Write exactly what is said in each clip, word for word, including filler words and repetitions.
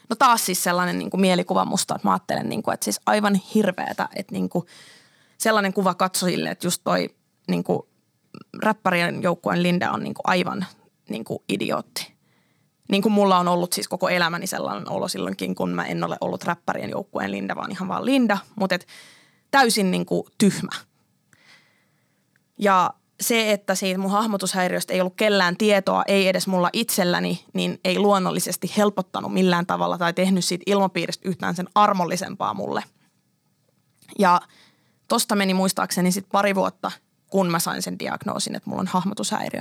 No taas siis sellainen niin kuin mielikuva musta, että mä ajattelen, niin kuin, että siis aivan hirveetä, että niin kuin sellainen kuva katsojille, että just toi niin kuin räppärien joukkueen Linda on niin kuin aivan niin kuin idiootti. Niin kuin mulla on ollut siis koko elämäni sellainen olo silloinkin, kun mä en ole ollut räppärien joukkueen Linda, vaan ihan vaan Linda, mutta et täysin niin kuin tyhmä. Ja se, että siitä mun hahmotushäiriöstä ei ollut kellään tietoa, ei edes mulla itselläni, niin ei luonnollisesti helpottanut millään tavalla tai tehnyt siitä ilmapiiristä yhtään sen armollisempaa mulle. Ja tosta meni muistaakseni sitten pari vuotta, kun mä sain sen diagnoosin, että mulla on hahmotushäiriö.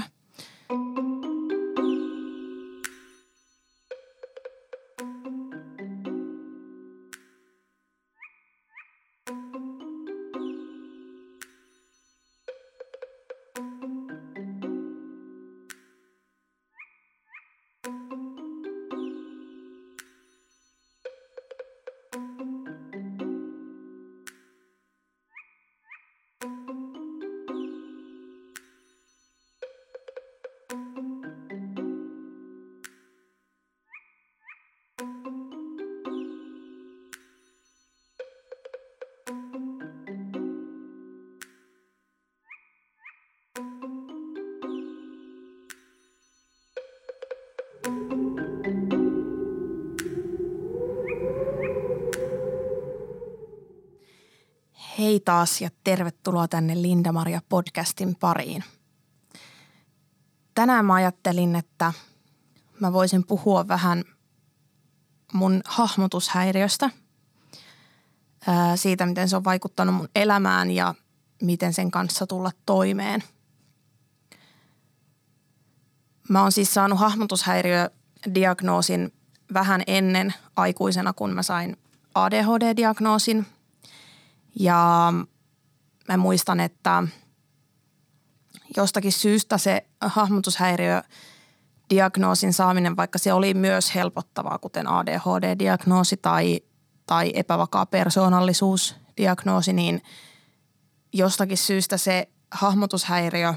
Hei taas ja tervetuloa tänne Linda-Maria podcastin pariin. Tänään mä ajattelin, että mä voisin puhua vähän mun hahmotushäiriöstä, siitä miten se on vaikuttanut mun elämään ja miten sen kanssa tulla toimeen. Mä oon siis saanut hahmotushäiriödiagnoosin vähän ennen aikuisena, kun mä sain A D H D-diagnoosin. Ja mä muistan, että jostakin syystä se hahmotushäiriödiagnoosin saaminen, vaikka se oli myös helpottavaa, kuten A D H D-diagnoosi tai, tai epävakaa persoonallisuusdiagnoosi, niin jostakin syystä se hahmotushäiriö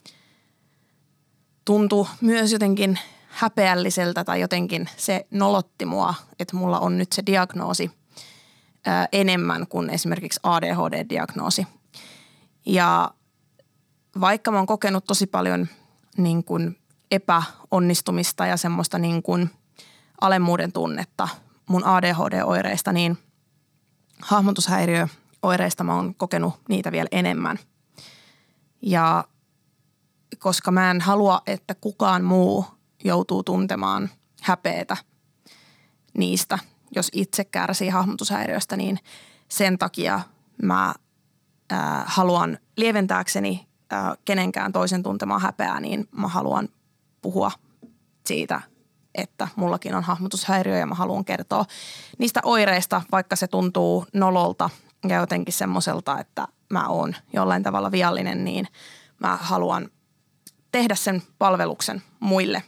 tuntui myös jotenkin häpeälliseltä tai jotenkin se nolotti mua, että mulla on nyt se diagnoosi enemmän kuin esimerkiksi A D H D-diagnoosi. Ja vaikka mä oon kokenut tosi paljon niin kuin epäonnistumista ja semmoista niin kuin alemmuuden tunnetta mun A D H D-oireista, niin hahmotushäiriöoireista mä oon kokenut niitä vielä enemmän. Ja koska mä en halua, että kukaan muu joutuu tuntemaan häpeätä niistä, jos itse kärsii hahmotushäiriöstä, niin sen takia mä ää, haluan lieventääkseni ää, kenenkään toisen tuntemaa häpeää, niin mä haluan puhua siitä, että mullakin on hahmotushäiriö ja mä haluan kertoa niistä oireista, vaikka se tuntuu nololta ja jotenkin semmoiselta, että mä oon jollain tavalla viallinen, niin mä haluan tehdä sen palveluksen muille.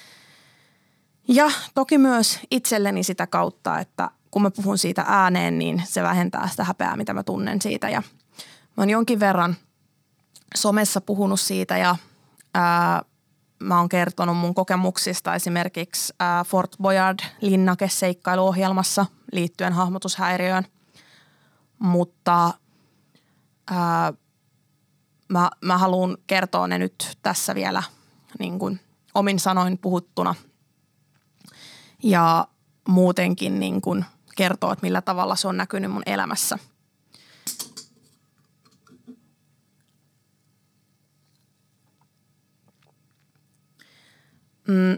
Ja toki myös itselleni sitä kautta, että kun mä puhun siitä ääneen, niin se vähentää sitä häpeää, mitä mä tunnen siitä. Ja mä oon jonkin verran somessa puhunut siitä ja ää, mä oon kertonut mun kokemuksista esimerkiksi ää, Fort Boyard-linnake-seikkailuohjelmassa liittyen hahmotushäiriöön. Mutta ää, mä, mä haluan kertoa ne nyt tässä vielä niin kuin omin sanoin puhuttuna. Ja muutenkin niin kuin kertoo, että millä tavalla se on näkynyt mun elämässä. Mm,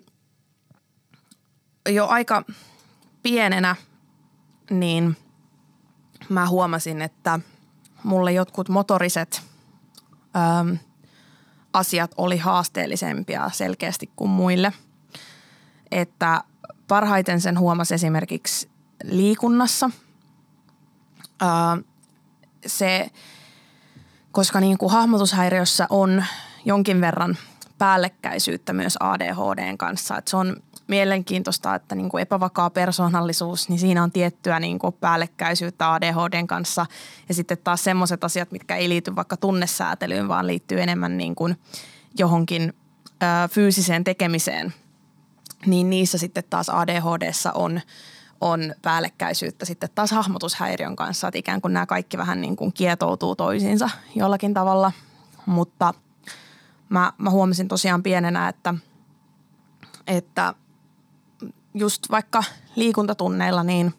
jo aika pienenä niin mä huomasin, että mulle jotkut motoriset äm, asiat oli haasteellisempia selkeästi kuin muille. Että parhaiten sen huomasi esimerkiksi liikunnassa. Öö, se, koska niin kuin hahmotushäiriössä on jonkin verran päällekkäisyyttä myös A D H D:n kanssa. Että se on mielenkiintoista, että niin kuin epävakaa persoonallisuus, niin siinä on tiettyä niin kuin päällekkäisyyttä A D H D:n kanssa. Ja sitten taas semmoiset asiat, mitkä ei liity vaikka tunnesäätelyyn, vaan liittyy enemmän niin kuin johonkin ö, fyysiseen tekemiseen. Niin niissä sitten taas A D H D:ssä on, on päällekkäisyyttä sitten taas hahmotushäiriön kanssa, että ikään kuin nämä kaikki vähän niin kuin kietoutuu toisiinsa jollakin tavalla, mutta mä, mä huomasin tosiaan pienenä, että, että just vaikka liikuntatunneilla niin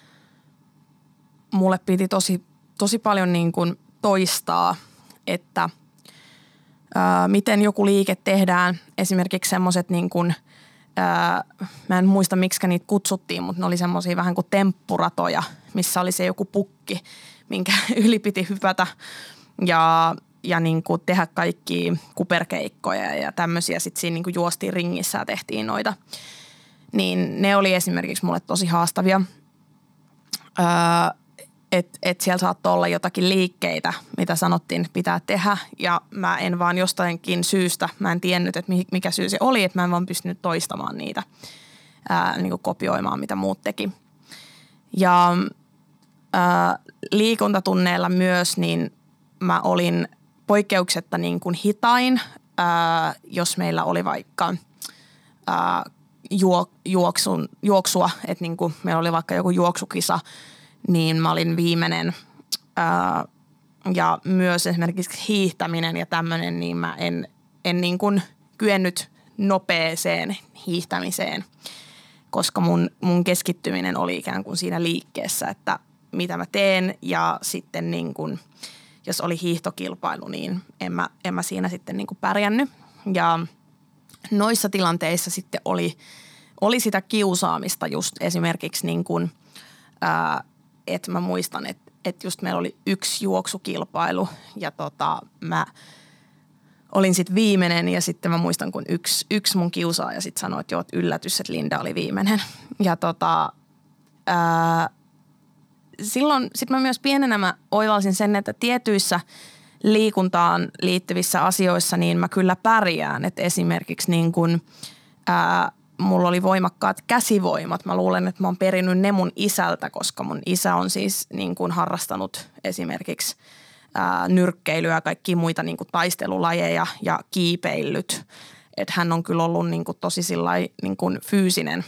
mulle piti tosi, tosi paljon niin kuin toistaa, että ää, miten joku liike tehdään, esimerkiksi semmoiset niin kuin Öö, mä en muista, miksi niitä kutsuttiin, mutta ne oli semmoisia vähän kuin temppuratoja, missä oli se joku pukki, minkä yli piti hypätä ja, ja niin kuin tehdä kaikkia kuperkeikkoja ja tämmöisiä. Sitten siinä niin kuin juostiin ringissä ja tehtiin noita. Niin ne oli esimerkiksi mulle tosi haastavia. Öö, että et siellä saattoi olla jotakin liikkeitä, mitä sanottiin, että pitää tehdä. Ja mä en vaan jostainkin syystä, mä en tiennyt, että mikä syy se oli, että mä en vaan pystynyt toistamaan niitä, ää, niin kuin kopioimaan, mitä muut teki. Ja ää, liikuntatunneilla myös, niin mä olin poikkeuksetta niin kuin hitain, ää, jos meillä oli vaikka ää, juo, juoksun, juoksua, että niin kuin meillä oli vaikka joku juoksukisa, niin mä olin viimeinen ää, ja myös esimerkiksi hiihtäminen ja tämmöinen, niin mä en, en niin kuin kyennyt nopeeseen hiihtämiseen, koska mun, mun keskittyminen oli ikään kuin siinä liikkeessä, että mitä mä teen ja sitten niin kuin, jos oli hiihtokilpailu, niin en mä, en mä siinä sitten niin kuin pärjännyt ja noissa tilanteissa sitten oli, oli sitä kiusaamista just esimerkiksi niin kuin, ää, että mä muistan, että, että just meillä oli yksi juoksukilpailu ja tota, mä olin sitten viimeinen ja sitten mä muistan, kun yksi, yksi mun kiusaaja sitten sanoi, että joo, että yllätys, että Linda oli viimeinen. Ja tota, ää, silloin sitten mä myös pienenä mä oivalsin sen, että tietyissä liikuntaan liittyvissä asioissa niin mä kyllä pärjään. Että esimerkiksi niin kuin ää, mulla oli voimakkaat käsivoimat. Mä luulen, että mä oon perinnyt ne mun isältä, koska mun isä on siis niin kuin harrastanut esimerkiksi ää, nyrkkeilyä ja kaikkia muita niin kuin taistelulajeja ja kiipeillyt. Että hän on kyllä ollut niin kuin tosi sillai, niin kuin fyysinen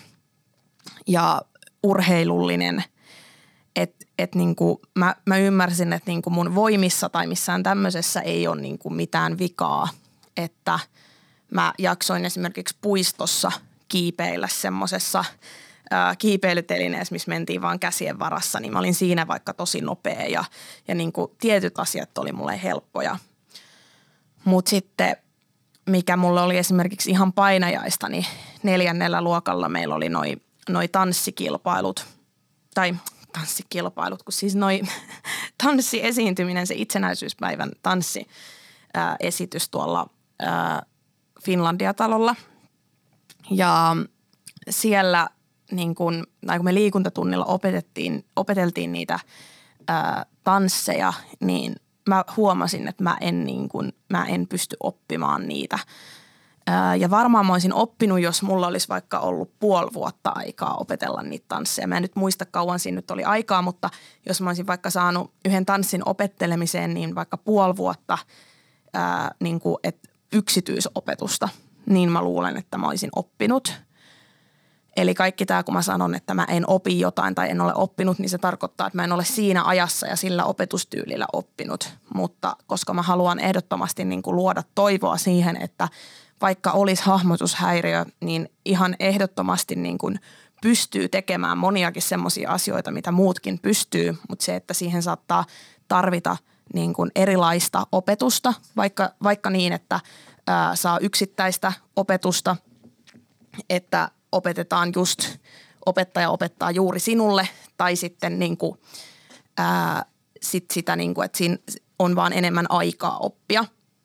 ja urheilullinen. Että et niin kuin mä, mä ymmärsin, että niin kuin mun voimissa tai missään tämmöisessä ei ole niin kuin mitään vikaa. Että mä jaksoin esimerkiksi puistossa kiipeillä semmoisessa kiipeilytelineessä, missä mentiin vaan käsien varassa, niin mä olin siinä vaikka tosi nopea ja, ja niin kuin tietyt asiat oli mulle helppoja. Mutta sitten, mikä mulle oli esimerkiksi ihan painajaista, niin neljännellä luokalla meillä oli noi, noi tanssikilpailut, tai tanssikilpailut, kun siis noi tanssiesiintyminen, se itsenäisyyspäivän tanssiesitys tuolla ää, Finlandia-talolla. Ja siellä niin kun, kun me liikuntatunnilla opetettiin, opeteltiin niitä ää, tansseja, niin mä huomasin, että mä en, niin kun, mä en pysty oppimaan niitä. Ää, ja varmaan mä olisin oppinut, jos mulla olisi vaikka ollut puoli vuotta aikaa opetella niitä tansseja. Mä en nyt muista kauan siinä nyt oli aikaa, mutta jos mä olisin vaikka saanut yhden tanssin opettelemiseen, niin vaikka puoli vuotta ää, niin kun, et yksityisopetusta, niin mä luulen, että mä olisin oppinut. Eli kaikki tämä, kun mä sanon, että mä en opi jotain tai en ole oppinut, niin se tarkoittaa, että mä en ole siinä ajassa ja sillä opetustyylillä oppinut. Mutta koska mä haluan ehdottomasti niin kuin luoda toivoa siihen, että vaikka olisi hahmotushäiriö, niin ihan ehdottomasti niin kuin pystyy tekemään moniakin semmoisia asioita, mitä muutkin pystyy. Mutta se, että siihen saattaa tarvita niin kuin erilaista opetusta, vaikka, vaikka niin, että ää, saa yksittäistä opetusta, että opetetaan just, opettaja opettaa juuri sinulle tai sitten niin kuin, ää, sit sitä, niin kuin, että siinä on vaan enemmän aikaa oppia.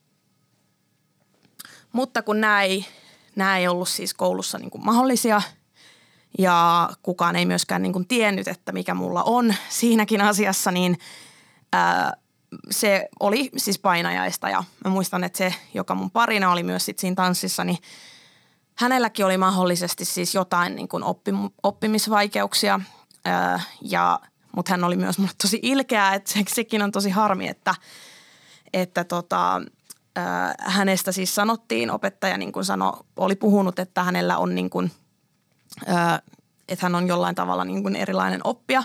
Mutta kun nämä ei, nämä ei ollut siis koulussa niin kuin mahdollisia ja kukaan ei myöskään niin kuin tiennyt, että mikä mulla on siinäkin asiassa, niin ää, se oli siis painajaista ja mä muistan, että se, joka mun parina oli myös sit siinä tanssissa, niin hänelläkin oli mahdollisesti siis jotain niin kuin oppim- oppimisvaikeuksia, ää, ja, mutta hän oli myös mulle tosi ilkeä, että se, sekin on tosi harmi, että, että tota, ää, hänestä siis sanottiin, opettaja niin kuin sano, oli puhunut, että hänellä on niin kuin, ää, että hän on jollain tavalla niin kuin erilainen oppija.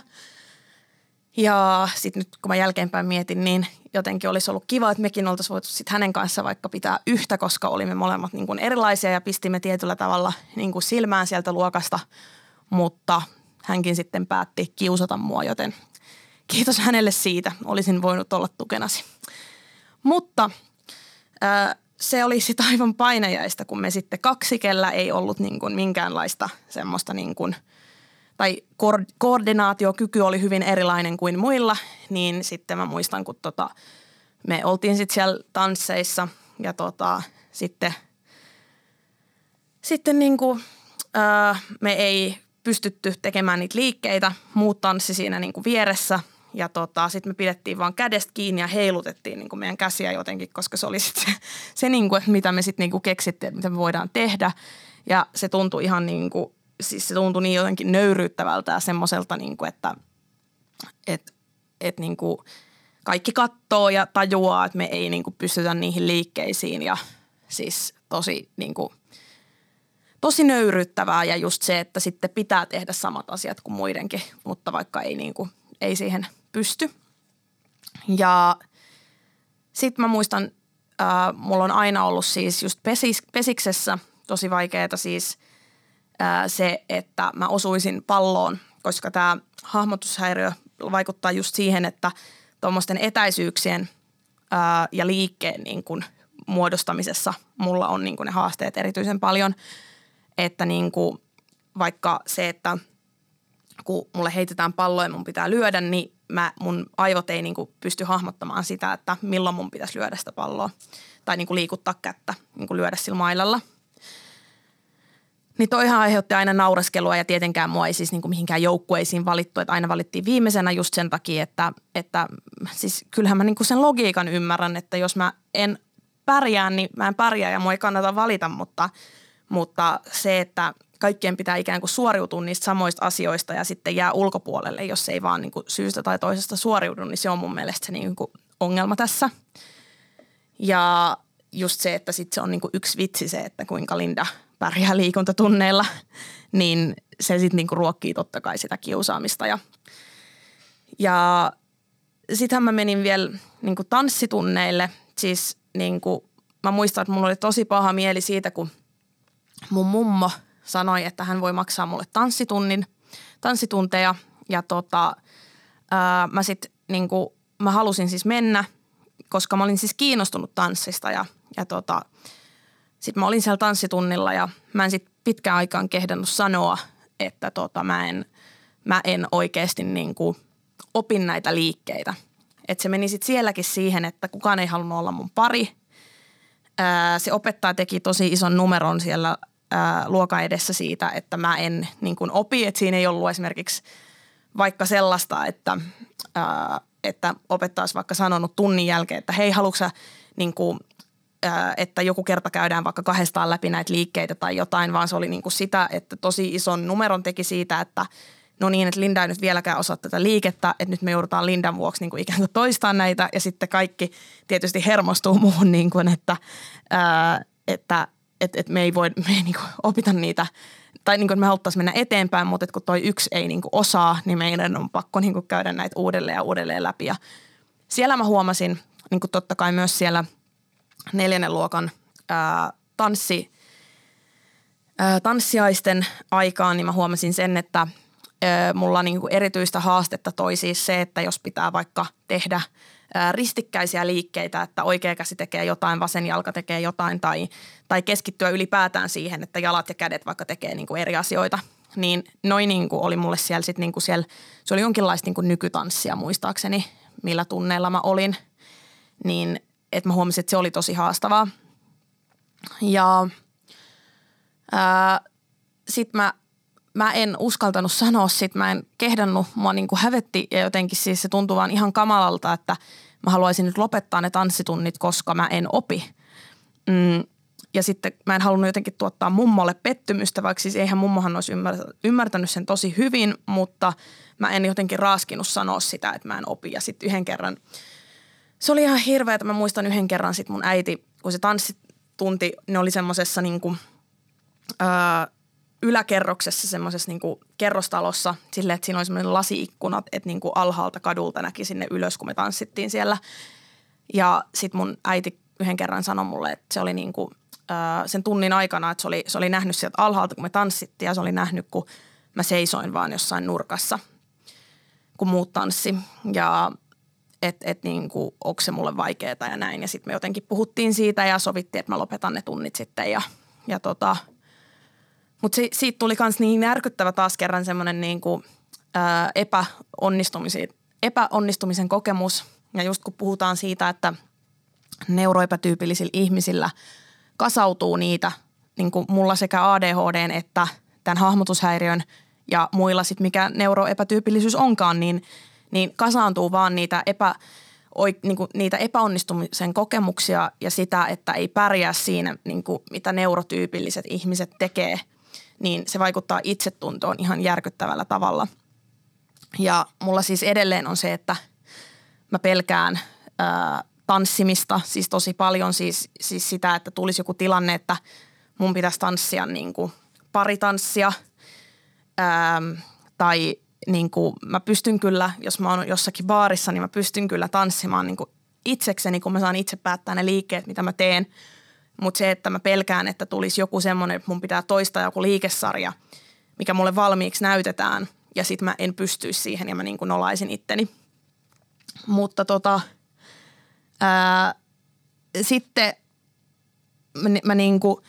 Ja sitten nyt kun mä jälkeenpäin mietin, niin jotenkin olisi ollut kiva, että mekin oltaisiin voitu sitten hänen kanssa vaikka pitää yhtä, koska olimme molemmat niin kuin erilaisia ja pistimme tietyllä tavalla niin kuin silmään sieltä luokasta, mutta hänkin sitten päätti kiusata mua, joten kiitos hänelle siitä. Olisin voinut olla tukenasi. Mutta ää, se oli sitten aivan painajaista, kun me sitten kaksikella ei ollut niin kuin minkäänlaista semmoista niin kuin tai koordinaatiokyky oli hyvin erilainen kuin muilla, niin sitten mä muistan, kun tota, me oltiin sitten siellä tansseissa ja tota, sitten, sitten niinku, ää, me ei pystytty tekemään niitä liikkeitä, muut tanssi siinä niinku vieressä ja tota, sitten me pidettiin vaan kädestä kiinni ja heilutettiin niinku meidän käsiä jotenkin, koska se oli sitten se, se niinku, mitä me sitten niinku keksittiin, että mitä me voidaan tehdä ja se tuntui ihan niinku siis se tuntui niin jotenkin nöyryyttävältä ja semmoiselta, niin kuin, että et, et, niin kuin kaikki katsoo ja tajuaa, että me ei niin kuin pystytä niihin liikkeisiin. Ja siis tosi, niin kuin, tosi nöyryyttävää ja just se, että sitten pitää tehdä samat asiat kuin muidenkin, mutta vaikka ei, niin kuin, ei siihen pysty. Ja sitten mä muistan, äh, mulla on aina ollut siis just pesis, pesiksessä tosi vaikeaa siis – se, että mä osuisin palloon, koska tämä hahmotushäiriö vaikuttaa just siihen, että tuommoisten etäisyyksien ää, ja liikkeen niin kun muodostamisessa mulla on niin kun ne haasteet erityisen paljon, että niin kun vaikka se, että kun mulle heitetään palloa ja mun pitää lyödä, niin mä, mun aivot ei niin kun pysty hahmottamaan sitä, että milloin mun pitäisi lyödä sitä palloa tai niin kun liikuttaa kättä, niin kun lyödä sillä mailalla. Niin toihan aiheutti aina naureskelua ja tietenkään mua ei siis niin kuin mihinkään joukkueisiin valittu, että aina valittiin viimeisenä just sen takia, että, että siis kyllähän mä niin kuin sen logiikan ymmärrän, että jos mä en pärjää, niin mä en pärjää ja mua ei kannata valita, mutta, mutta se, että kaikkien pitää ikään kuin suoriutua niistä samoista asioista ja sitten jää ulkopuolelle, jos ei vaan niin kuin syystä tai toisesta suoriudu, niin se on mun mielestä se niin kuin ongelma tässä. Ja just se, että sitten se on niin kuin yksi vitsi se, että kuinka Linda pärjää liikuntatunneilla, niin se sitten niinku ruokkii totta kai sitä kiusaamista. Ja, ja sittenhän mä menin vielä niinku tanssitunneille. Siis niinku, mä muistan, että mulla oli tosi paha mieli siitä, kun mun mummo sanoi, että hän voi maksaa mulle tanssitunnin, tanssitunteja. Ja tota, ää, mä sitten niinku, mä halusin siis mennä, koska mä olin siis kiinnostunut tanssista ja, ja tota, sitten mä olin siellä tanssitunnilla ja mä en sitten pitkään aikaan kehdannut sanoa, että tota, mä, en, mä en oikeasti niin kuin opin näitä liikkeitä. Että se meni sitten sielläkin siihen, että kukaan ei halunnut olla mun pari. Ää, se opettaja teki tosi ison numeron siellä ää, luokan edessä siitä, että mä en niin kuin opi. Että siinä ei ollut esimerkiksi vaikka sellaista, että, ää, että opettaja olisi vaikka sanonut tunnin jälkeen, että hei, haluatko sä niin kuin että joku kerta käydään vaikka kahdestaan läpi näitä liikkeitä tai jotain, vaan se oli niin kuin sitä, että tosi ison numeron teki siitä, että no niin, että Linda ei nyt vieläkään osaa tätä liikettä, että nyt me joudutaan Lindan vuoksi niin kuin ikään kuin toistaa näitä ja sitten kaikki tietysti hermostuu muuhun, niin kuin, että, ää, että et, et me ei voi me ei niin kuin opita niitä tai niin kuin me haluttaisiin mennä eteenpäin, mutta että kun toi yksi ei niin kuin osaa, niin meidän on pakko niin kuin käydä näitä uudelleen ja uudelleen läpi ja siellä mä huomasin niin kuin totta kai myös siellä neljännen luokan ää, tanssi, ää, tanssiaisten aikaan, niin mä huomasin sen, että ää, mulla niinku erityistä haastetta toi siis se, että jos pitää vaikka tehdä ää, ristikkäisiä liikkeitä, että oikea käsi tekee jotain, vasen jalka tekee jotain tai, tai keskittyä ylipäätään siihen, että jalat ja kädet vaikka tekee niinku eri asioita, niin noin niinku oli mulle siellä sitten niinku siellä, se oli jonkinlaista niinku nykytanssia muistaakseni, millä tunneilla mä olin, niin että mä huomasin, että se oli tosi haastavaa. Ja sitten mä, mä en uskaltanut sanoa sit, mä en kehdannut, mua niinku hävetti ja jotenkin siis se tuntui vaan ihan kamalalta, että mä haluaisin nyt lopettaa ne tanssitunnit, koska mä en opi. Mm, ja sitten mä en halunnut jotenkin tuottaa mummolle pettymystä, vaikka siis eihän mummohan olisi ymmärtänyt sen tosi hyvin, mutta mä en jotenkin raaskinut sanoa sitä, että mä en opi. Ja sitten yhden kerran se oli ihan hirveä, että mä muistan yhden kerran sit mun äiti, kun se tanssitunti, ne oli semmosessa niinku, öö, yläkerroksessa semmoisessa niin kuin kerrostalossa silleen, että siinä oli semmoinen lasi-ikkunat, että niin kuin alhaalta kadulta näki sinne ylös, kun me tanssittiin siellä. Ja sitten mun äiti yhden kerran sanoi mulle, että se oli niin kuin, ää, sen tunnin aikana, että se oli, se oli nähnyt sieltä alhaalta, kun me tanssittiin ja se oli nähnyt, kun mä seisoin vaan jossain nurkassa, kun muut tanssi. Ja että et niin kuin, onko se mulle vaikeaa ja näin. Ja sitten me jotenkin puhuttiin siitä ja sovittiin, että mä lopetan ne tunnit sitten ja, ja tota... Mutta si, siitä tuli myös niin järkyttävä taas kerran semmoinen niinku, ää, epäonnistumisen, epäonnistumisen kokemus. Ja just kun puhutaan siitä, että neuroepätyypillisillä ihmisillä kasautuu niitä, niin kuin mulla sekä A D H D:n että tämän hahmotushäiriön ja muilla sitten mikä neuroepätyypillisyys onkaan, niin, niin kasaantuu vaan niitä, epä, oi, niin kuin niitä epäonnistumisen kokemuksia ja sitä, että ei pärjää siinä, niin kuin mitä neurotyypilliset ihmiset tekee, niin se vaikuttaa itsetuntoon ihan järkyttävällä tavalla. Ja mulla siis edelleen on se, että mä pelkään ää, tanssimista, siis tosi paljon siis, siis sitä, että tulisi joku tilanne, että mun pitäisi tanssia niin kuin paritanssia ää, tai niin kuin mä pystyn kyllä, jos mä oon jossakin baarissa, niin mä pystyn kyllä tanssimaan niin kuin itsekseni, kun mä saan itse päättää ne liikkeet, mitä mä teen. Mutta se, että mä pelkään, että tulisi joku semmoinen, että mun pitää toistaa joku liikesarja, mikä mulle valmiiksi näytetään ja sit mä en pystyisi siihen ja mä niin kuin nolaisin itteni. Mutta tota, ää, sitten mä, mä niin kuin,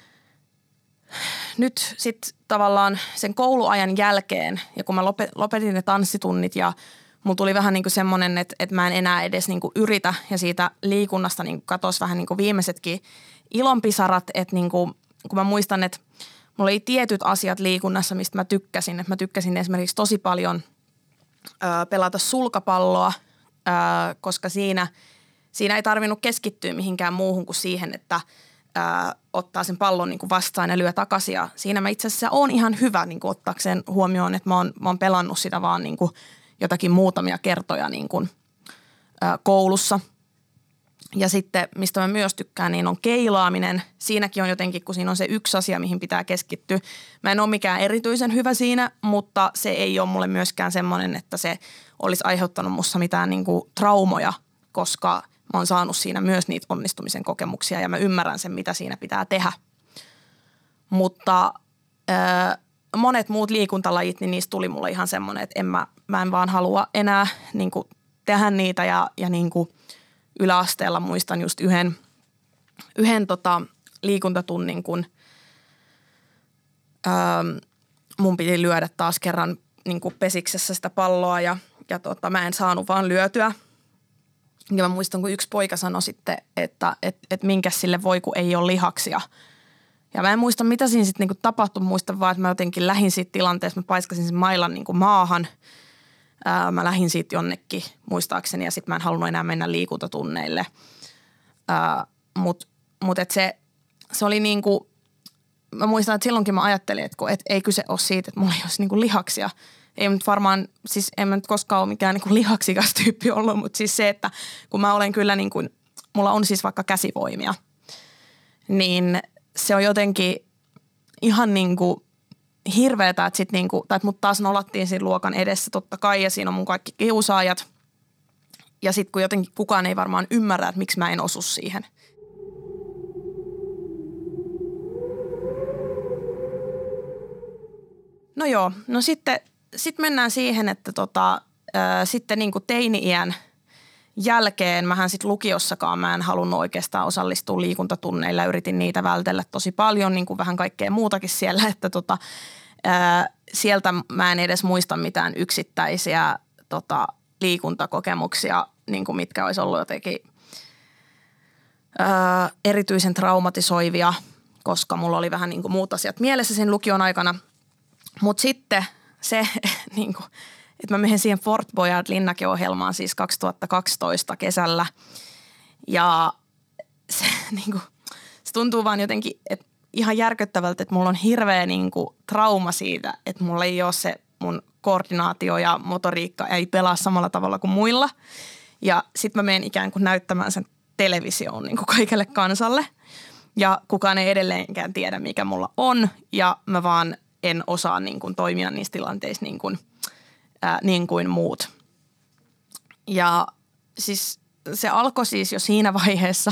nyt sitten tavallaan sen kouluajan jälkeen ja kun mä lopetin ne tanssitunnit ja mulla tuli vähän niin kuin semmoinen, että, että mä en enää edes niin kuin yritä ja siitä liikunnasta niin katosi vähän niin kuin viimeisetkin ilonpisarat, että niin kuin, kun mä muistan, että mulla oli tietyt asiat liikunnassa, mistä mä tykkäsin. Että mä tykkäsin esimerkiksi tosi paljon ö, pelata sulkapalloa, ö, koska siinä, siinä ei tarvinnut keskittyä mihinkään muuhun kuin siihen, että ö, ottaa sen pallon niin kuin vastaan ja lyö takaisin. Ja siinä mä itse asiassa oon ihan hyvä niin kuin ottaakseen huomioon, että mä oon, mä oon pelannut sitä vaan niin kuin jotakin muutamia kertoja niin kuin, ö, koulussa. Ja sitten, mistä mä myös tykkään, niin on keilaaminen. Siinäkin on jotenkin, kun siinä on se yksi asia, mihin pitää keskittyä. Mä en ole mikään erityisen hyvä siinä, mutta se ei ole mulle myöskään semmoinen, että se olisi aiheuttanut musta mitään niin kuin traumoja, koska mä oon saanut siinä myös niitä onnistumisen kokemuksia ja mä ymmärrän sen, mitä siinä pitää tehdä. Mutta äh, monet muut liikuntalajit, niin niistä tuli mulle ihan semmoinen, että en mä, mä en vaan halua enää niin kuin tehdä niitä ja, ja niin kuin yläasteella muistan just yhden, yhden tota liikuntatunnin, kun öö, mun piti lyödä taas kerran niin kuin pesiksessä sitä palloa ja, ja tota, mä en saanut vaan lyötyä. Ja mä muistan, kun yksi poika sanoi sitten, että et, et minkäs sille voi, kun ei ole lihaksia. Ja mä en muista, mitä siinä sitten niin kuin tapahtui. Muistan vaan, että mä jotenkin lähdin siitä tilanteesta, mä paiskasin sen mailan niin kuin maahan. Ää, mä lähdin siitä jonnekin muistaakseni ja sitten mä en halunnut enää mennä liikuntatunneille. Mutta mut et se, se oli niinku, mä muistan, että silloinkin mä ajattelin, että et ei kyse ole siitä, että mulla ei olisi niinku lihaksia. Ei nyt varmaan, siis en mä nyt koskaan ole mikään niinku lihaksikas tyyppi ollut, mutta siis se, että kun mä olen kyllä niinku, mulla on siis vaikka käsivoimia, niin se on jotenkin ihan niinku hirveetä, että sit niinku, tai että mut taas nolattiin siinä luokan edessä totta kai ja siinä on mun kaikki kiusaajat. Ja sit kun jotenkin kukaan ei varmaan ymmärrä, että miksi mä en osu siihen. No joo, no sitten sit mennään siihen, että tota, ää, sitten niinku teini-iän jälkeen, mähän sitten lukiossakaan mä en halunnut oikeastaan osallistua liikuntatunneilla. Yritin niitä vältellä tosi paljon, niin kuin vähän kaikkea muutakin siellä, että tota, ää, sieltä mä en edes muista mitään yksittäisiä tota, liikuntakokemuksia, niin kuin mitkä olisi ollut jotenkin ää, erityisen traumatisoivia, koska mulla oli vähän niin kuin muut asiat mielessä sen lukion aikana. Mutta sitten se, niin kuin, että mä menen siihen Fort Boyard-linnake-ohjelmaan siis kaksituhattakaksitoista kesällä ja se, niin kuin, se tuntuu vaan jotenkin että ihan järkyttävältä, että mulla on hirveä niin kuin, trauma siitä, että mulla ei ole se mun koordinaatio ja motoriikka ei pelaa samalla tavalla kuin muilla. Ja sit mä menen ikään kuin näyttämään sen televisioon niin kuin kaikelle kansalle. ja kukaan ei edelleenkään tiedä, mikä mulla on ja mä vaan en osaa niin kuin toimia niissä tilanteissa niin kuin, ää, niin kuin muut. Ja siis se alkoi siis jo siinä vaiheessa,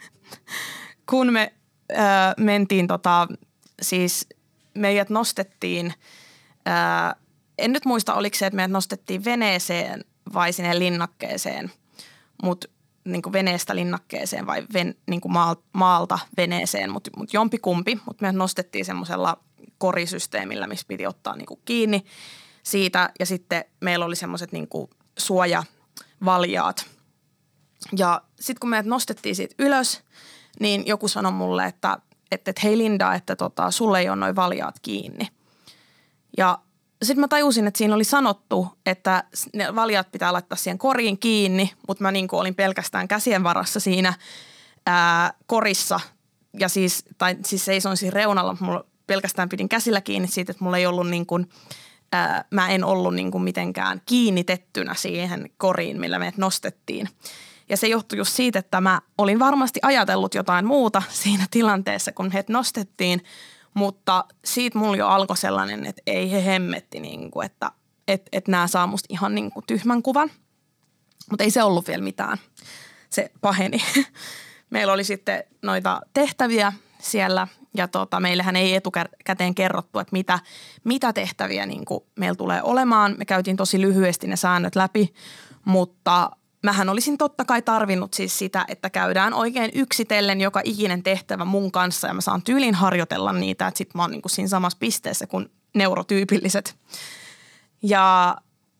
kun me ää, mentiin tota, siis meidät nostettiin, ää, en nyt muista oliko se, että meidät nostettiin veneeseen vai sinne linnakkeeseen, mutta niin kuin veneestä linnakkeeseen vai ven, niin kuin maalta veneeseen, mutta mut jompikumpi, mutta meidät nostettiin semmoisella korisysteemillä, missä piti ottaa niin kuin kiinni siitä ja sitten meillä oli semmoiset niin kuin suojavaljaat. Ja sitten kun meidät nostettiin siitä ylös, niin joku sanoi mulle, että, että, että hei Linda, että tota, sulle ei ole noi valjaat kiinni. Ja sitten mä tajusin, että siinä oli sanottu, että ne valjaat pitää laittaa siihen koriin kiinni, mutta mä niin kuin olin pelkästään käsien varassa siinä ää, korissa ja siis, tai siis seisoin siinä reunalla, mutta mulla pelkästään pidin käsillä kiinni siitä, että mulla ei ollut niin kuin, ää, mä en ollut niin kuin mitenkään kiinnitettynä siihen koriin, millä meidät nostettiin. Ja se johtui just siitä, että mä olin varmasti ajatellut jotain muuta siinä tilanteessa, kun heidät nostettiin, mutta siitä mulla jo alkoi sellainen, että ei he hemmetti, niin kuin, että et, et nämä saa musta ihan niin kuin tyhmän kuvan. Mutta ei se ollut vielä mitään. Se paheni. Meillä oli sitten noita tehtäviä siellä ja tota, meillähän ei etukäteen kerrottu, että mitä, mitä tehtäviä niin kuin meillä tulee olemaan. Me käytiin tosi lyhyesti ne säännöt läpi, mutta mähän olisin totta kai tarvinnut siis sitä, että käydään oikein yksitellen joka ikinen tehtävä mun kanssa ja mä saan tyylin harjoitella niitä, että sit mä oon niin kuin siinä samassa pisteessä kuin neurotyypilliset. Ja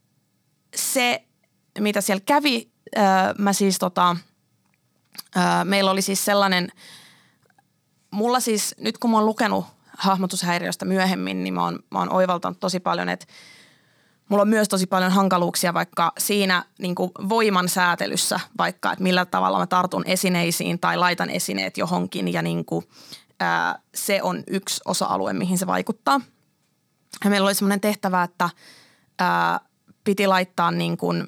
se, mitä siellä kävi, ää, mä siis tota, ää, meillä oli siis sellainen, mulla siis nyt kun mä oon lukenut hahmotushäiriöstä myöhemmin, niin mä oon, mä oon oivaltanut tosi paljon, että mulla on myös tosi paljon hankaluuksia vaikka siinä niin kuin voiman säätelyssä, vaikka että millä tavalla mä tartun esineisiin tai laitan esineet johonkin ja niin kuin, ää, se on yksi osa-alue, mihin se vaikuttaa. Ja meillä oli semmoinen tehtävä, että ää, piti laittaa niin kuin,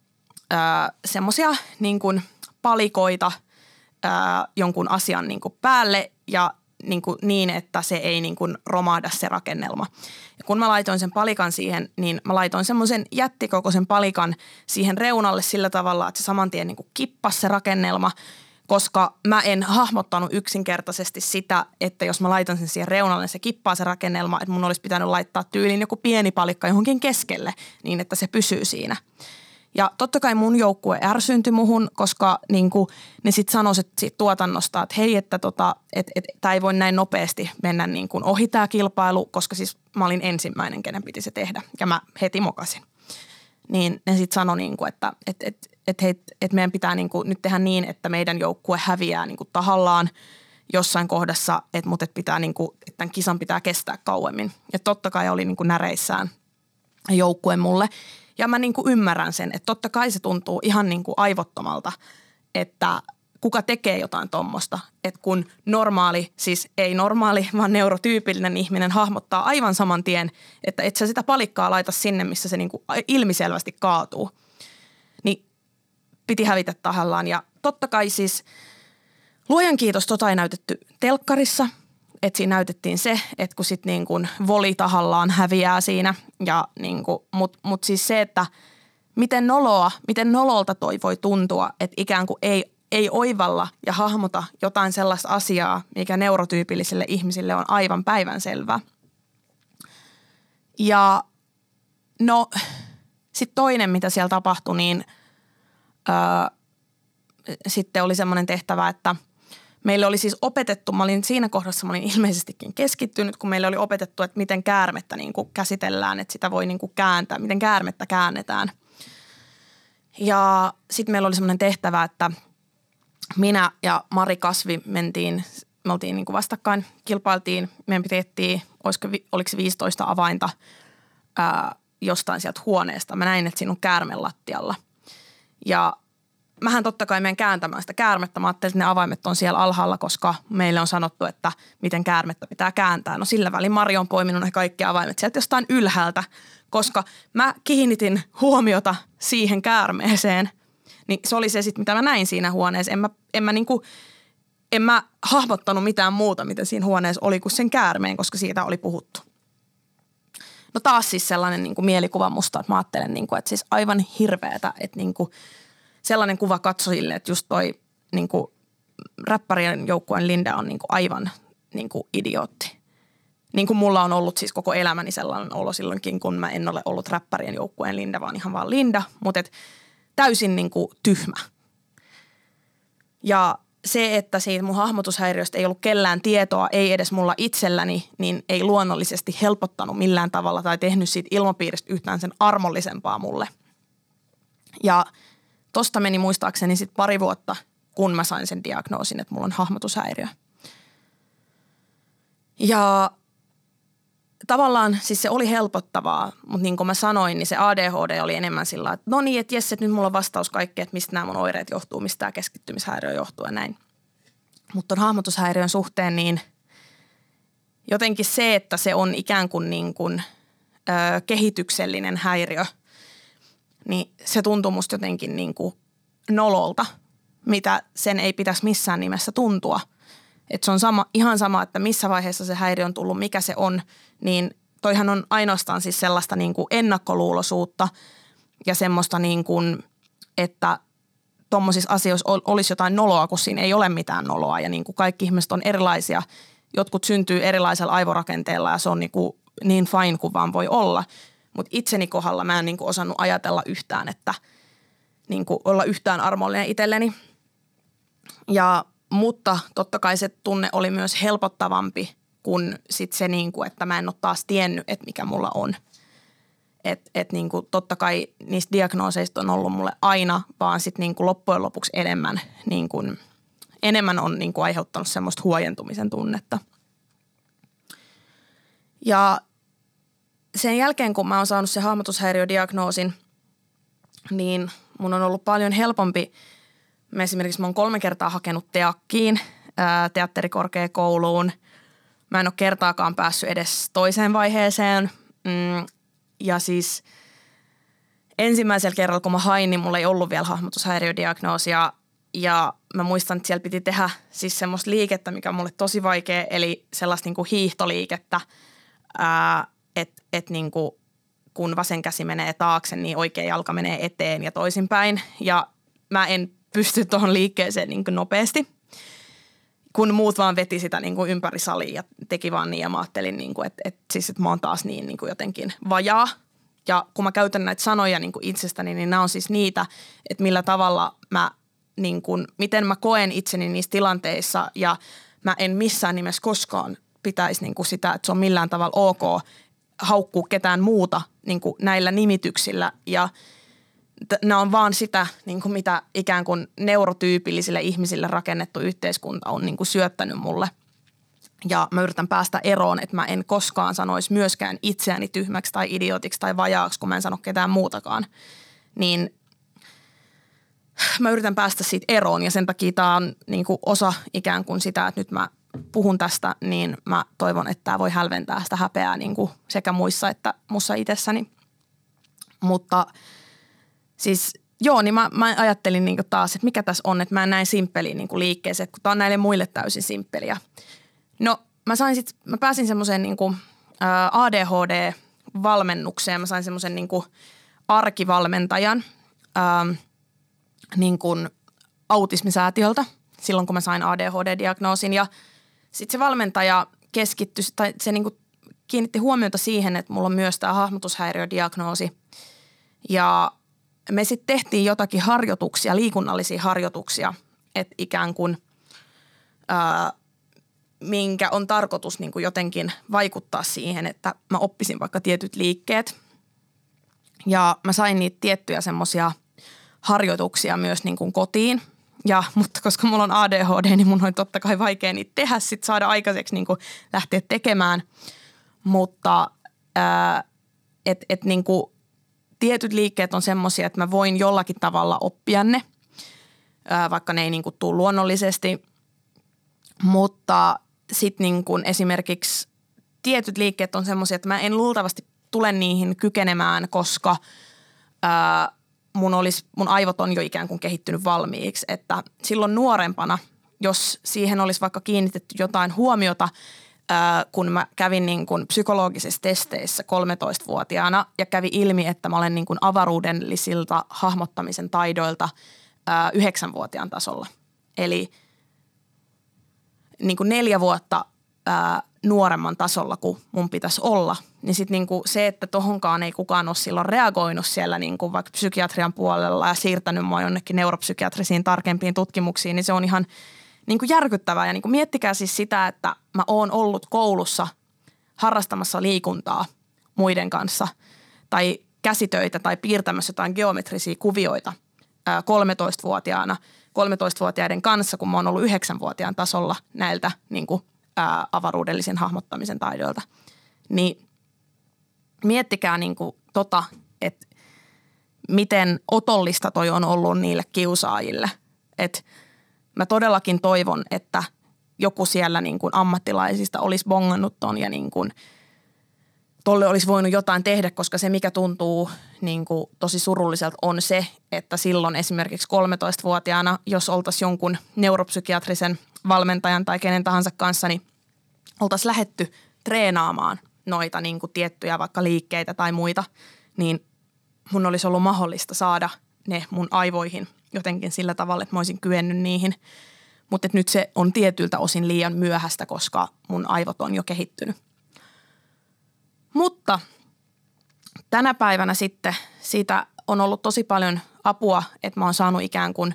ää, semmoisia niin kuin palikoita ää, jonkun asian niin kuin päälle ja niin, kuin niin, että se ei niin kuin romahda se rakennelma. Ja kun mä laitoin sen palikan siihen, niin mä laitoin semmoisen jättikokoisen palikan siihen reunalle sillä tavalla, että se saman tien niin kuin kippasi se rakennelma, koska mä en hahmottanut yksinkertaisesti sitä, että jos mä laitan sen siihen reunalle, se kippaa se rakennelma, että mun olisi pitänyt laittaa tyyliin joku pieni palikka johonkin keskelle niin, että se pysyy siinä. Ja totta kai mun joukkue ärsyyntyi muhun, koska niin kuin, ne sitten sanoivat siitä tuotannosta, että hei, että tota, et, et, tämä ei voi näin nopeasti mennä niin kuin ohi tämä kilpailu, koska siis mä olin ensimmäinen, kenen piti se tehdä ja mä heti mokasin. Niin ne sitten sanoi, niin kuin, että et, et, et, et, et meidän pitää niin kuin nyt tehdä niin, että meidän joukkue häviää niin kuin tahallaan jossain kohdassa, että mut et pitää niin kuin, että tämän kisan pitää kestää kauemmin. Ja totta kai oli niin kuin näreissään joukkue mulle. Ja mä niin kuin ymmärrän sen, että totta kai se tuntuu ihan niin kuin aivottomalta, että kuka tekee jotain tommosta. Että kun normaali, siis ei normaali, vaan neurotyypillinen ihminen hahmottaa aivan saman tien, että et sä sitä palikkaa laita sinne, missä se niin kuin ilmiselvästi kaatuu. Niin piti hävitä tahallaan. Ja totta kai siis luojan kiitos, tota ei näytetty telkkarissa. Että siinä näytettiin se, että kun sitten niin kuin voli tahallaan häviää siinä. Ja niin kuin, mut, mut siis se, että miten noloa, miten nololta toi voi tuntua, että ikään kuin ei, ei oivalla ja hahmota jotain sellaista asiaa, mikä neurotyypillisille ihmisille on aivan päivänselvää. Ja no sitten toinen, mitä siellä tapahtui, niin öö, sitten oli semmoinen tehtävä, että meille oli siis opetettu, mä olin siinä kohdassa, mä olin ilmeisestikin keskittynyt, kun meille oli opetettu, että miten käärmettä niin kuin käsitellään, että sitä voi niin kuin kääntää, miten käärmettä käännetään. Ja sitten meillä oli semmoinen tehtävä, että minä ja Mari Kasvi mentiin, me oltiin niin kuin vastakkain, kilpailtiin, meidän piti etsiä, olisiko, oliko se viisitoista avainta ää, jostain sieltä huoneesta. Mä näin, että siinä on käärme lattialla ja mähän totta kai menen kääntämään sitä käärmettä. Mä ajattelin, että ne avaimet on siellä alhaalla, koska meille on sanottu, että miten käärmettä pitää kääntää. No sillä välin Mari on poiminut ne kaikki avaimet sieltä jostain ylhäältä, koska mä kiinnitin huomiota siihen käärmeeseen. Niin se oli se sitten, mitä mä näin siinä huoneessa. En mä, en mä niinku, en mä hahmottanut mitään muuta, mitä siinä huoneessa oli kuin sen käärmeen, koska siitä oli puhuttu. No taas siis sellainen niin kuin mielikuva musta, että mä ajattelen, niin kuin, että siis aivan hirveetä, että niin kuin sellainen kuva katsojille, että just toi niin kuin räppärien joukkueen Linda on niin kuin aivan niin kuin idiootti. Niin kuin mulla on ollut siis koko elämäni sellainen olo silloinkin, kun mä en ole ollut räppärien joukkueen Linda, vaan ihan vaan Linda, mutta et täysin niin kuin tyhmä. Ja se, että siitä mun hahmotushäiriöstä ei ollut kellään tietoa, ei edes mulla itselläni, niin ei luonnollisesti helpottanut millään tavalla tai tehnyt siitä ilmapiiristä yhtään sen armollisempaa mulle. Ja tosta meni muistaakseni sitten pari vuotta, kun mä sain sen diagnoosin, että mulla on hahmotushäiriö. Ja tavallaan siis se oli helpottavaa, mutta niin kuin mä sanoin, niin se A D H D oli enemmän sillä, että no niin, että jes, että nyt mulla on vastaus kaikkeen, että mistä nämä mun oireet johtuu, mistä tämä keskittymishäiriö johtuu ja näin. Mutta ton hahmotushäiriön suhteen niin jotenkin se, että se on ikään kuin, niin kuin ö, kehityksellinen häiriö, niin se tuntuu musta jotenkin niin kuin nololta, mitä sen ei pitäisi missään nimessä tuntua. Että se on sama, ihan sama, että missä vaiheessa se häiriö on tullut, mikä se on, niin toihan on ainoastaan siis sellaista niin kuin ennakkoluuloisuutta ja semmoista niin kuin, että tuommoisissa asioissa olisi jotain noloa, kun siinä ei ole mitään noloa ja niin kuin kaikki ihmiset on erilaisia. Jotkut syntyy erilaisella aivorakenteella ja se on niin, kuin niin fine kuin vaan voi olla, mutta itseni kohdalla mä en niin kuin osannut ajatella yhtään, että niin kuin olla yhtään armollinen itselleni. Ja mutta totta kai se tunne oli myös helpottavampi kuin sit se, niin kuin, että mä en ole taas tiennyt, että mikä mulla on. Että et niin kuin, totta kai niistä diagnooseista on ollut mulle aina, vaan sitten niin kuin loppujen lopuksi enemmän, niin kuin, enemmän on niin kuin aiheuttanut semmoista huojentumisen tunnetta. Ja sen jälkeen, kun mä oon saanut sen hahmotushäiriödiagnoosin, niin mun on ollut paljon helpompi. Mä esimerkiksi mä oon kolme kertaa hakenut teakkiin, ää, teatterikorkeakouluun. Mä en ole kertaakaan päässyt edes toiseen vaiheeseen. Mm, ja siis ensimmäisellä kerralla, kun mä hain, niin mulla ei ollut vielä hahmotushäiriödiagnoosia. Ja mä muistan, että siellä piti tehdä siis semmoista liikettä, mikä on mulle tosi vaikea, eli sellaista niin kuin hiihtoliikettä, että et niin kuin kun vasen käsi menee taakse, niin oikea jalka menee eteen ja toisinpäin. Ja mä en pysty tuohon liikkeeseen niin kuin nopeasti, kun muut vaan veti sitä niin kuin ympäri salia ja teki vaan niin. Ja mä ajattelin, niin kuin, että, että, siis, että mä oon taas niin, niin kuin jotenkin vajaa. Ja kun mä käytän näitä sanoja niin kuin itsestäni, niin nämä on siis niitä, että millä tavalla mä, niin kuin, miten mä koen itseni niissä tilanteissa. Ja mä en missään nimessä koskaan pitäisi niin kuin sitä, että se on millään tavalla ok haukkua ketään muuta niin kuin näillä nimityksillä. Ja nämä on vaan sitä, niin kuin mitä ikään kuin neurotyypillisille ihmisille rakennettu yhteiskunta on niin kuin syöttänyt mulle. Ja mä yritän päästä eroon, että mä en koskaan sanoisi myöskään itseäni tyhmäksi tai idiotiksi tai vajaaksi, kun mä en sano ketään muutakaan. Niin mä yritän päästä siitä eroon ja sen takia tää on niin kuin osa ikään kuin sitä, että nyt mä puhun tästä, niin mä toivon, että tämä voi hälventää sitä häpeää niin kuin sekä muissa että mussa itsessäni. Mutta siis joo, niin mä, mä ajattelin niin kuin taas, että mikä tässä on, että mä en näin simppeliä niin kuin liikkeeseen, kun tää on näille muille täysin simppeliä. No mä sain sit, mä pääsin semmoiseen niin kuin ä, A D H D-valmennukseen, mä sain semmoisen niin kuin arkivalmentajan ä, niin kuin autismisäätiöltä silloin, kun mä sain A D H D-diagnoosin ja sitten se valmentaja keskittyi, tai se niin kuin kiinnitti huomiota siihen, että mulla on myös tämä hahmotushäiriödiagnoosi. Ja me sitten tehtiin jotakin harjoituksia, liikunnallisia harjoituksia, että ikään kuin, ää, minkä on tarkoitus niin kuin jotenkin vaikuttaa siihen, että mä oppisin vaikka tietyt liikkeet. Ja mä sain niitä tiettyjä semmoisia harjoituksia myös niin kuin kotiin. Ja, mutta koska mulla on A D H D, niin mun on totta kai vaikea niitä tehdä, sit saada aikaiseksi niin kuin lähteä tekemään. Mutta että et, niin kuin tietyt liikkeet on semmoisia, että mä voin jollakin tavalla oppia ne, ää, vaikka ne ei niin kuin tule luonnollisesti. Mutta sitten niin kuin esimerkiksi tietyt liikkeet on semmoisia, että mä en luultavasti tule niihin kykenemään, koska ää, mun, olisi, mun aivot on jo ikään kuin kehittynyt valmiiksi. Että silloin nuorempana jos siihen olisi vaikka kiinnitetty jotain huomiota, ää, kun mä kävin niin kuin psykologisissa testeissä kolmetoistavuotiaana ja kävi ilmi, että mä olen niin kuin avaruudellisilta hahmottamisen taidoilta ää, yhdeksänvuotiaan tasolla. Eli niin kuin neljä vuotta ää, nuoremman tasolla kuin mun pitäisi olla, niin sitten niinku se, että tohonkaan ei kukaan ole silloin reagoinut siellä niinku vaikka psykiatrian puolella ja siirtänyt mua jonnekin neuropsykiatrisiin tarkempiin tutkimuksiin, niin se on ihan niinku järkyttävää. Ja niinku miettikää siis sitä, että mä oon ollut koulussa harrastamassa liikuntaa muiden kanssa tai käsitöitä tai piirtämässä jotain geometrisiä kuvioita ää, kolmetoistavuotiaana, kolmetoistavuotiaiden kanssa, kun mä oon ollut yhdeksänvuotiaan tasolla näiltä niinku ää, avaruudellisen hahmottamisen taidoilta. Niin miettikää niin kuin tota, että miten otollista toi on ollut niille kiusaajille. Että mä todellakin toivon, että joku siellä niin kuin ammattilaisista olisi bongannut ton ja niin kuin tolle olisi voinut jotain tehdä, koska se mikä tuntuu niin kuin tosi surulliselta on se, että silloin esimerkiksi kolmetoistavuotiaana, jos oltaisiin jonkun neuropsykiatrisen valmentajan tai kenen tahansa kanssa, niin oltaisiin lähdetty treenaamaan noita niin kuin tiettyjä vaikka liikkeitä tai muita, niin mun olisi ollut mahdollista saada ne mun aivoihin jotenkin sillä tavalla, että mä olisin kyennyt niihin. Mutta nyt se on tietyiltä osin liian myöhäistä, koska mun aivot on jo kehittynyt. Mutta tänä päivänä sitten siitä on ollut tosi paljon apua, että mä oon saanut ikään kuin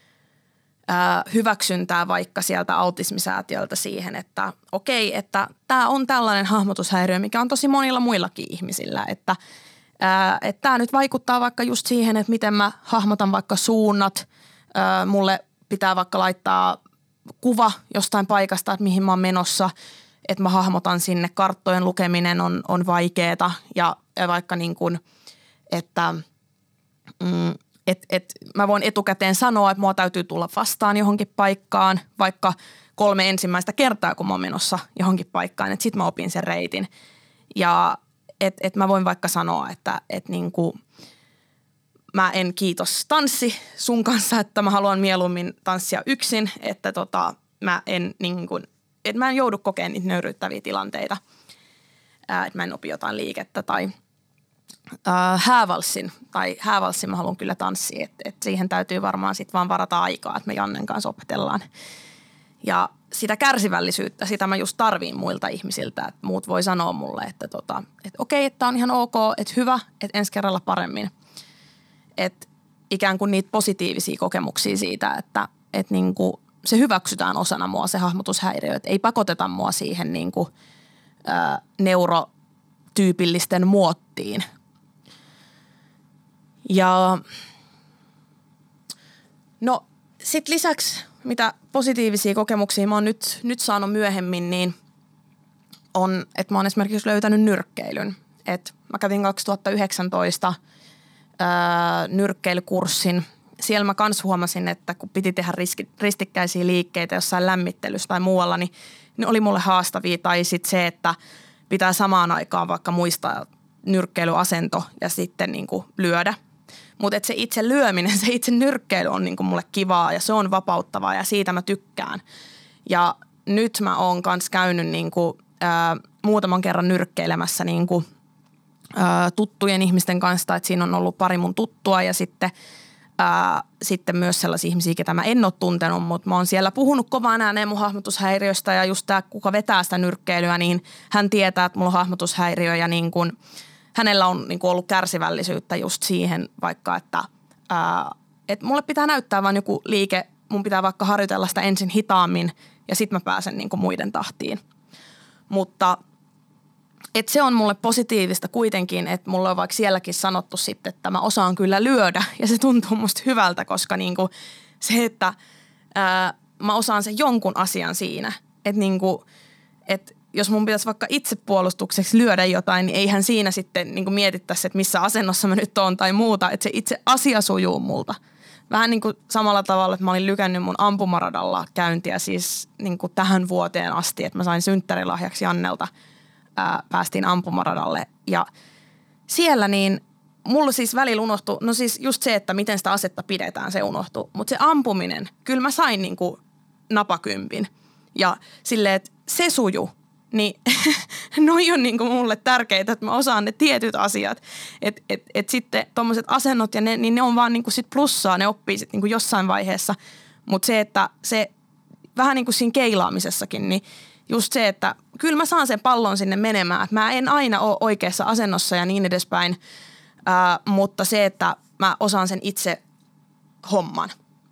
ää, hyväksyntää vaikka sieltä autismisäätiöltä siihen, että okei, että tämä on tällainen hahmotushäiriö, mikä on tosi monilla muillakin ihmisillä, että ää, että tämä nyt vaikuttaa vaikka just siihen, että miten mä hahmotan vaikka suunnat, ää, mulle pitää vaikka laittaa kuva jostain paikasta, että mihin mä oon menossa, että mä hahmotan sinne, karttojen lukeminen on, on vaikeeta ja, ja vaikka niin kuin, että mm, et, et mä voin etukäteen sanoa, että mua täytyy tulla vastaan johonkin paikkaan, vaikka kolme ensimmäistä kertaa, kun mä oon menossa johonkin paikkaan, että sit mä opin sen reitin. Ja että et mä voin vaikka sanoa, että et niin kuin mä en kiitos tanssi sun kanssa, että mä haluan mieluummin tanssia yksin, että tota, mä en niin kuin, että mä en joudu kokemaan niitä nöyryyttäviä tilanteita, ää, että mä en opi jotain liikettä tai ää, häävalssin tai häävalssin mä haluan kyllä tanssia, että et siihen täytyy varmaan sitten vaan varata aikaa, että me Jannen kanssa opetellaan. Ja sitä kärsivällisyyttä, sitä mä just tarviin muilta ihmisiltä, että muut voi sanoa mulle, että tota, et okei, että on ihan ok, että hyvä, että ensi kerralla paremmin. Että ikään kuin niitä positiivisia kokemuksia siitä, että et niinku se hyväksytään osana mua se hahmotushäiriö, että ei pakoteta mua siihen niinku, ä, neurotyypillisten muottiin. Ja no sit lisäksi, mitä positiivisia kokemuksia mä oon nyt, nyt saanut myöhemmin, niin on, että mä oon esimerkiksi löytänyt nyrkkeilyn. Että mä kävin kaksituhattayhdeksäntoista ää, nyrkkeilykurssin. Siellä mä kans huomasin, että kun piti tehdä riski, ristikkäisiä liikkeitä jossain lämmittelyssä tai muualla, niin ne oli mulle haastavia. Tai sitten se, että pitää samaan aikaan vaikka muistaa nyrkkeilyasento ja sitten niin kuin lyödä. Mutta se itse lyöminen, se itse nyrkkeily on niin kuin mulle kivaa ja se on vapauttavaa ja siitä mä tykkään. Ja nyt mä oon kans käynyt niin kuin, ää, muutaman kerran nyrkkeilemässä niin kuin, ää, tuttujen ihmisten kanssa, että siinä on ollut pari mun tuttua ja sitten Ää, sitten myös sellaisia ihmisiä, ketä mä en ole tuntenut, mutta mä oon siellä puhunut kovaan ääneen mun hahmotushäiriöstä ja just tää, kuka vetää sitä nyrkkeilyä, niin hän tietää, että mulla on hahmotushäiriö ja niin kun, hänellä on niin kun ollut kärsivällisyyttä just siihen vaikka, että ää, et mulle pitää näyttää vaan joku liike, mun pitää vaikka harjoitella sitä ensin hitaammin ja sit mä pääsen niin kun muiden tahtiin. Mutta et se on mulle positiivista kuitenkin, että mulle on vaikka sielläkin sanottu sitten, että mä osaan kyllä lyödä ja se tuntuu musta hyvältä, koska niinku se, että ää, mä osaan sen jonkun asian siinä, että niinku, et jos mun pitäisi vaikka itsepuolustukseksi lyödä jotain, niin eihän siinä sitten niinku mietittäisi, että missä asennossa mä nyt oon tai muuta, että se itse asia sujuu multa. Vähän niin kuin samalla tavalla, että mä olin lykännyt mun ampumaradalla käyntiä siis niinku tähän vuoteen asti, että mä sain synttärilahjaksi Jannelta. Ää, päästiin ampumaradalle ja siellä niin mulla siis välillä unohtui, no siis just se, että miten sitä asetta pidetään, se unohtui, mutta se ampuminen, kyllä mä sain niinku napakympin. Ja silleen, että se suju, niin noi on niinku mulle tärkeitä, että mä osaan ne tietyt asiat. Että et, et sitten tommoset asennot ja ne, niin ne on vaan niinku sit plussaa, ne oppii sit niinku jossain vaiheessa. Mutta se, että se vähän niin kuin siinä keilaamisessakin, niin just se, että kyllä mä saan sen pallon sinne menemään. Mä en aina ole oikeassa asennossa ja niin edespäin, ää, mutta se, että mä osaan sen itse homman.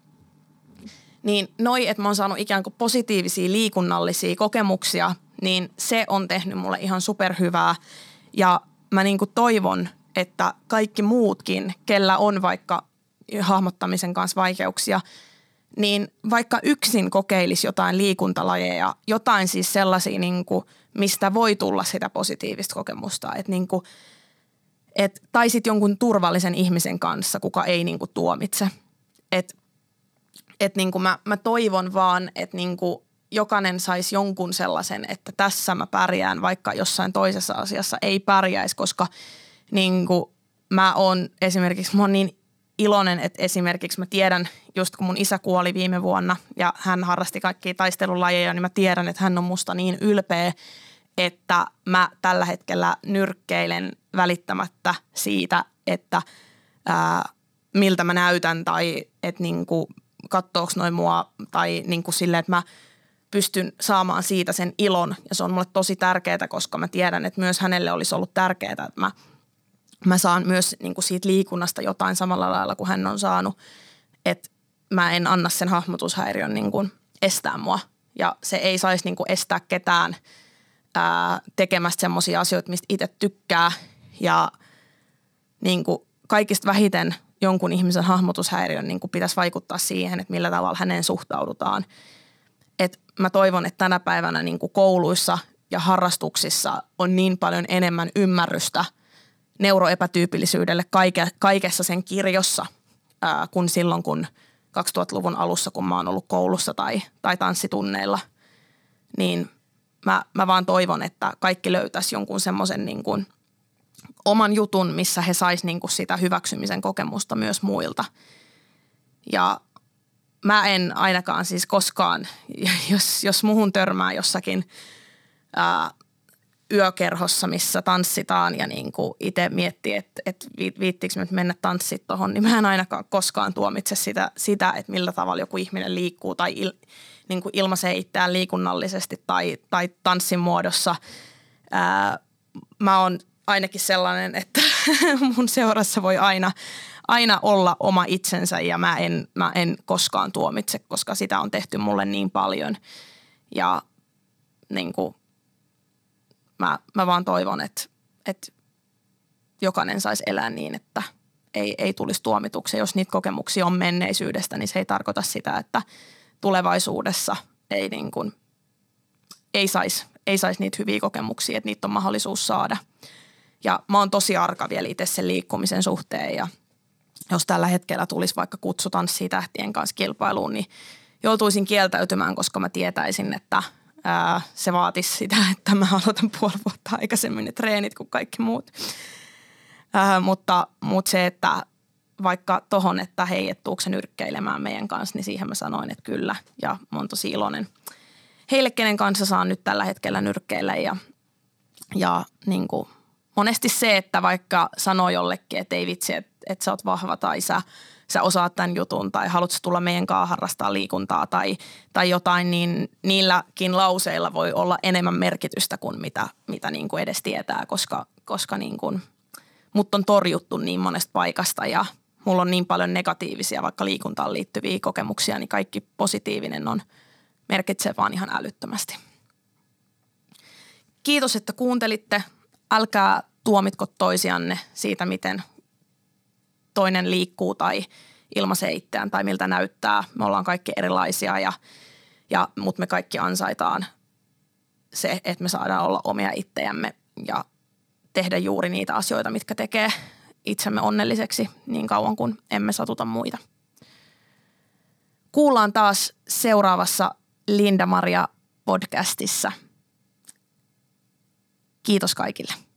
Niin noi, että mä oon saanut ikään kuin positiivisia liikunnallisia kokemuksia, niin se on tehnyt mulle ihan superhyvää. Ja mä niin kuin toivon, että kaikki muutkin, kellä on vaikka hahmottamisen kanssa vaikeuksia, niin vaikka yksin kokeilisi jotain liikuntalajeja, jotain siis sellaisia, niin kuin, mistä voi tulla sitä positiivista kokemusta. Et niin kuin, et, tai sitten jonkun turvallisen ihmisen kanssa, kuka ei niin kuin tuomitse. Et, et niin kuin mä, mä toivon vaan, että niin kuin jokainen saisi jonkun sellaisen, että tässä mä pärjään, vaikka jossain toisessa asiassa ei pärjäisi, koska niin kuin mä oon esimerkiksi, mä oon niin iloinen, että esimerkiksi mä tiedän, just kun mun isä kuoli viime vuonna ja hän harrasti kaikkia taistelulajeja, niin mä tiedän, että hän on musta niin ylpeä, että mä tällä hetkellä nyrkkeilen välittämättä siitä, että ää, miltä mä näytän tai että niinku, kattooks noin mua tai niinku silleen, että mä pystyn saamaan siitä sen ilon ja se on mulle tosi tärkeää, koska mä tiedän, että myös hänelle olisi ollut tärkeää, että mä Mä saan myös niin kuin siitä liikunnasta jotain samalla lailla kuin hän on saanut, että mä en anna sen hahmotushäiriön niin kuin estää mua. Ja se ei saisi niin kuin estää ketään ää, tekemästä semmoisia asioita, mistä itse tykkää. Ja niin kuin kaikista vähiten jonkun ihmisen hahmotushäiriön niin kuin pitäisi vaikuttaa siihen, että millä tavalla häneen suhtaudutaan. Et mä toivon, että tänä päivänä niin kuin kouluissa ja harrastuksissa on niin paljon enemmän ymmärrystä neuroepätyypillisyydelle kaike, kaikessa sen kirjossa ää, kuin silloin, kun kaksituhattaluvun alussa, kun mä oon ollut koulussa tai, tai tanssitunneilla, niin mä, mä vaan toivon, että kaikki löytäisi jonkun semmoisen niin kuin oman jutun, missä he sais niin kuin sitä hyväksymisen kokemusta myös muilta. Ja mä en ainakaan siis koskaan, jos, jos muhun törmää jossakin ää, yökerhossa, missä tanssitaan ja niin kuin itse miettii, että, että viittiinkö nyt mennä tanssit tohon, niin mä en ainakaan koskaan tuomitse sitä, sitä että millä tavalla joku ihminen liikkuu tai il, niin kuin ilmaisee itseään liikunnallisesti tai, tai tanssin muodossa. Ää, mä oon ainakin sellainen, että mun seurassa voi aina, aina olla oma itsensä ja mä en, mä en koskaan tuomitse, koska sitä on tehty mulle niin paljon ja niin kuin Mä, mä vaan toivon, että, että jokainen saisi elää niin, että ei, ei tulisi tuomituksi. Jos niitä kokemuksia on menneisyydestä, niin se ei tarkoita sitä, että tulevaisuudessa ei, niin kuin, ei saisi ei sais niitä hyviä kokemuksia, että niitä on mahdollisuus saada. Ja mä oon tosi arka vielä itse sen liikkumisen suhteen ja jos tällä hetkellä tulisi vaikka kutsu tanssitähtien kanssa kilpailuun, niin joutuisin kieltäytymään, koska mä tietäisin, että Ää, se vaatisi sitä, että mä aloitan puoli vuotta aikaisemmin ne treenit kuin kaikki muut. Ää, mutta, mutta se, että vaikka tohon, että hei, et tuukse nyrkkeilemään meidän kanssa, niin siihen mä sanoin, että kyllä. Ja mä oon tosi iloinen heille, kenen kanssa saan nyt tällä hetkellä nyrkkeillä. Ja, ja niin kuin monesti se, että vaikka sanoo jollekin, että ei vitsi, että, että sä oot vahva tai sä sä osaat tämän jutun tai haluatko tulla meidän kanssa harrastaa liikuntaa tai, tai jotain, niin niilläkin lauseilla voi olla enemmän merkitystä kuin mitä, mitä niin kuin edes tietää, koska, koska niin kuin mut on torjuttu niin monesta paikasta ja mulla on niin paljon negatiivisia vaikka liikuntaan liittyviä kokemuksia, niin kaikki positiivinen on merkitsee vaan ihan älyttömästi. Kiitos, että kuuntelitte. Älkää tuomitko toisianne siitä, miten toinen liikkuu tai ilmaisee itseään tai miltä näyttää. Me ollaan kaikki erilaisia, ja, ja, mutta me kaikki ansaitaan se, että me saadaan olla omia itseämme ja tehdä juuri niitä asioita, mitkä tekee itsemme onnelliseksi niin kauan kuin emme satuta muita. Kuullaan taas seuraavassa Linda Maria podcastissa. Kiitos kaikille.